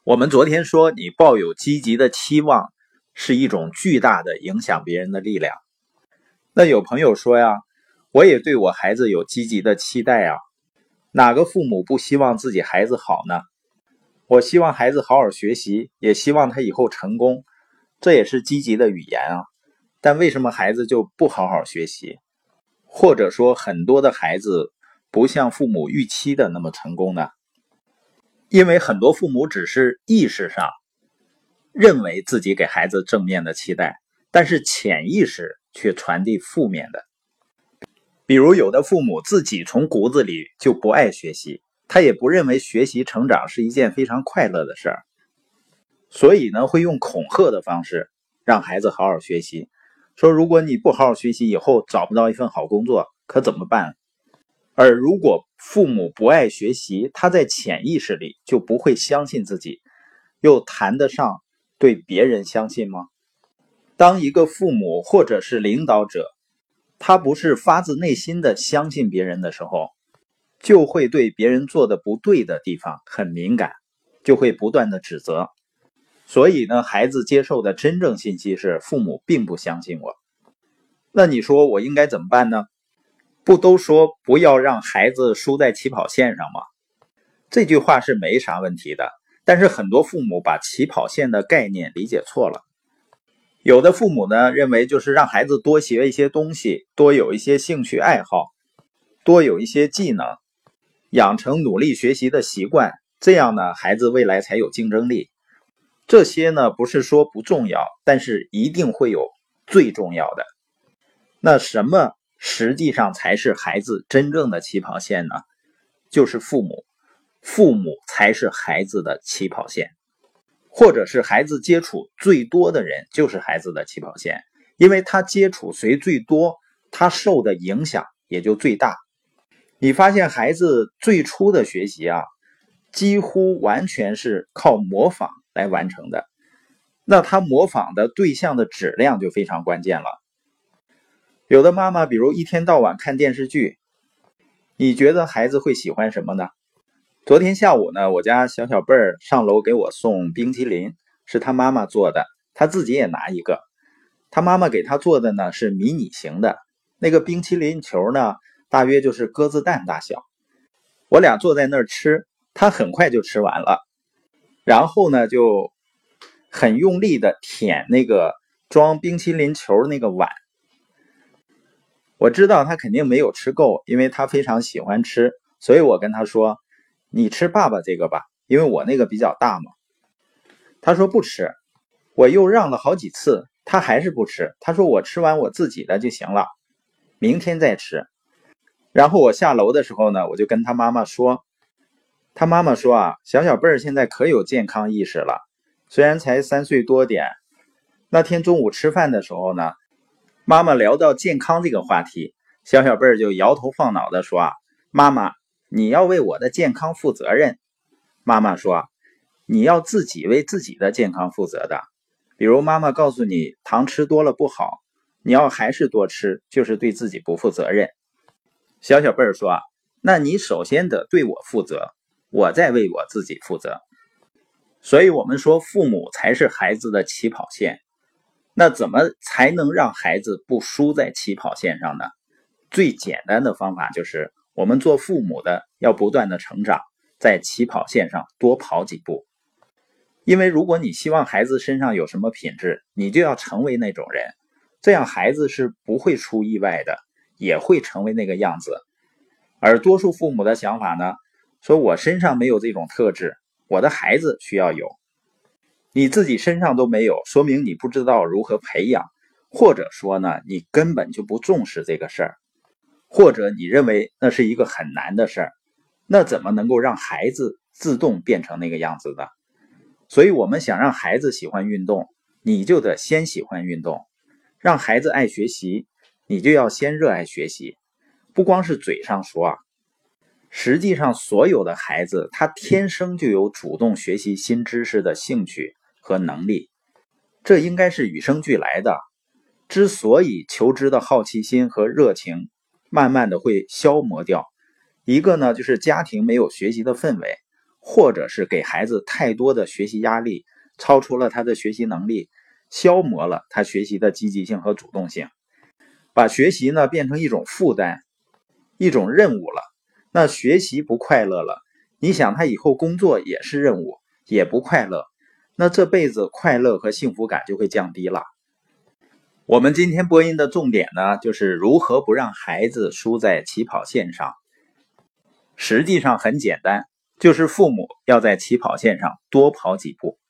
我们昨天说，你抱有积极的期望是一种巨大的影响别人的力量。那有朋友说呀，我也对我孩子有积极的期待啊，哪个父母不希望自己孩子好呢？我希望孩子好好学习，也希望他以后成功，这也是积极的语言啊。但为什么孩子就不好好学习？或者说很多的孩子不像父母预期的那么成功呢？因为很多父母只是意识上认为自己给孩子正面的期待，但是潜意识却传递负面的。比如有的父母自己从骨子里就不爱学习，他也不认为学习成长是一件非常快乐的事儿，所以呢，会用恐吓的方式让孩子好好学习，说如果你不好好学习，以后找不到一份好工作，可怎么办？而如果父母不爱学习，他在潜意识里就不会相信自己，又谈得上对别人相信吗？当一个父母或者是领导者，他不是发自内心的相信别人的时候，就会对别人做的不对的地方很敏感，就会不断的指责。所以呢，孩子接受的真正信息是父母并不相信我。那你说我应该怎么办呢？不都说不要让孩子输在起跑线上吗？这句话是没啥问题的，但是很多父母把起跑线的概念理解错了。有的父母呢，认为就是让孩子多学一些东西，多有一些兴趣爱好，多有一些技能，养成努力学习的习惯，这样呢，孩子未来才有竞争力。这些呢，不是说不重要，但是一定会有最重要的。那什么实际上才是孩子真正的起跑线呢？就是父母，父母才是孩子的起跑线，或者是孩子接触最多的人就是孩子的起跑线，因为他接触谁最多，他受的影响也就最大。你发现孩子最初的学习啊，几乎完全是靠模仿来完成的，那他模仿的对象的质量就非常关键了。有的妈妈比如一天到晚看电视剧，你觉得孩子会喜欢什么呢？昨天下午呢，我家小贝儿上楼给我送冰淇淋，是他妈妈做的，他自己也拿一个。他妈妈给他做的呢是迷你型的，那个冰淇淋球呢大约就是鸽子蛋大小。我俩坐在那儿吃，他很快就吃完了，然后呢就很用力的舔那个装冰淇淋球那个碗。我知道他肯定没有吃够，因为他非常喜欢吃，所以我跟他说，你吃爸爸这个吧，因为我那个比较大嘛。他说不吃，我又让了好几次，他还是不吃。他说我吃完我自己的就行了，明天再吃。然后我下楼的时候呢，我就跟他妈妈说，他妈妈说啊，小贝儿现在可有健康意识了，虽然才3岁多点。那天中午吃饭的时候呢，妈妈聊到健康这个话题，小贝儿就摇头晃脑的说啊，妈妈，你要为我的健康负责任。妈妈说，你要自己为自己的健康负责的。比如妈妈告诉你糖吃多了不好，你要还是多吃，就是对自己不负责任。小贝儿说啊，那你首先得对我负责，我再为我自己负责。所以我们说父母才是孩子的起跑线。那怎么才能让孩子不输在起跑线上呢？最简单的方法就是我们做父母的要不断的成长，在起跑线上多跑几步。因为如果你希望孩子身上有什么品质，你就要成为那种人，这样孩子是不会出意外的，也会成为那个样子。而多数父母的想法呢，说我身上没有这种特质，我的孩子需要有。你自己身上都没有，说明你不知道如何培养，或者说呢，你根本就不重视这个事儿，或者你认为那是一个很难的事儿，那怎么能够让孩子自动变成那个样子的？所以我们想让孩子喜欢运动，你就得先喜欢运动；让孩子爱学习，你就要先热爱学习。不光是嘴上说啊，实际上所有的孩子他天生就有主动学习新知识的兴趣和能力，这应该是与生俱来的。之所以求知的好奇心和热情慢慢的会消磨掉，一个呢就是家庭没有学习的氛围， 或者是给孩子太多的学习压力，超出了他的学习能力，消磨了他学习的积极性和主动性，把学习呢变成一种负担，一种任务了。那学习不快乐了，你想他以后工作也是任务，也不快乐，那这辈子快乐和幸福感就会降低了。我们今天播音的重点呢，就是如何不让孩子输在起跑线上。实际上很简单，就是父母要在起跑线上多跑几步。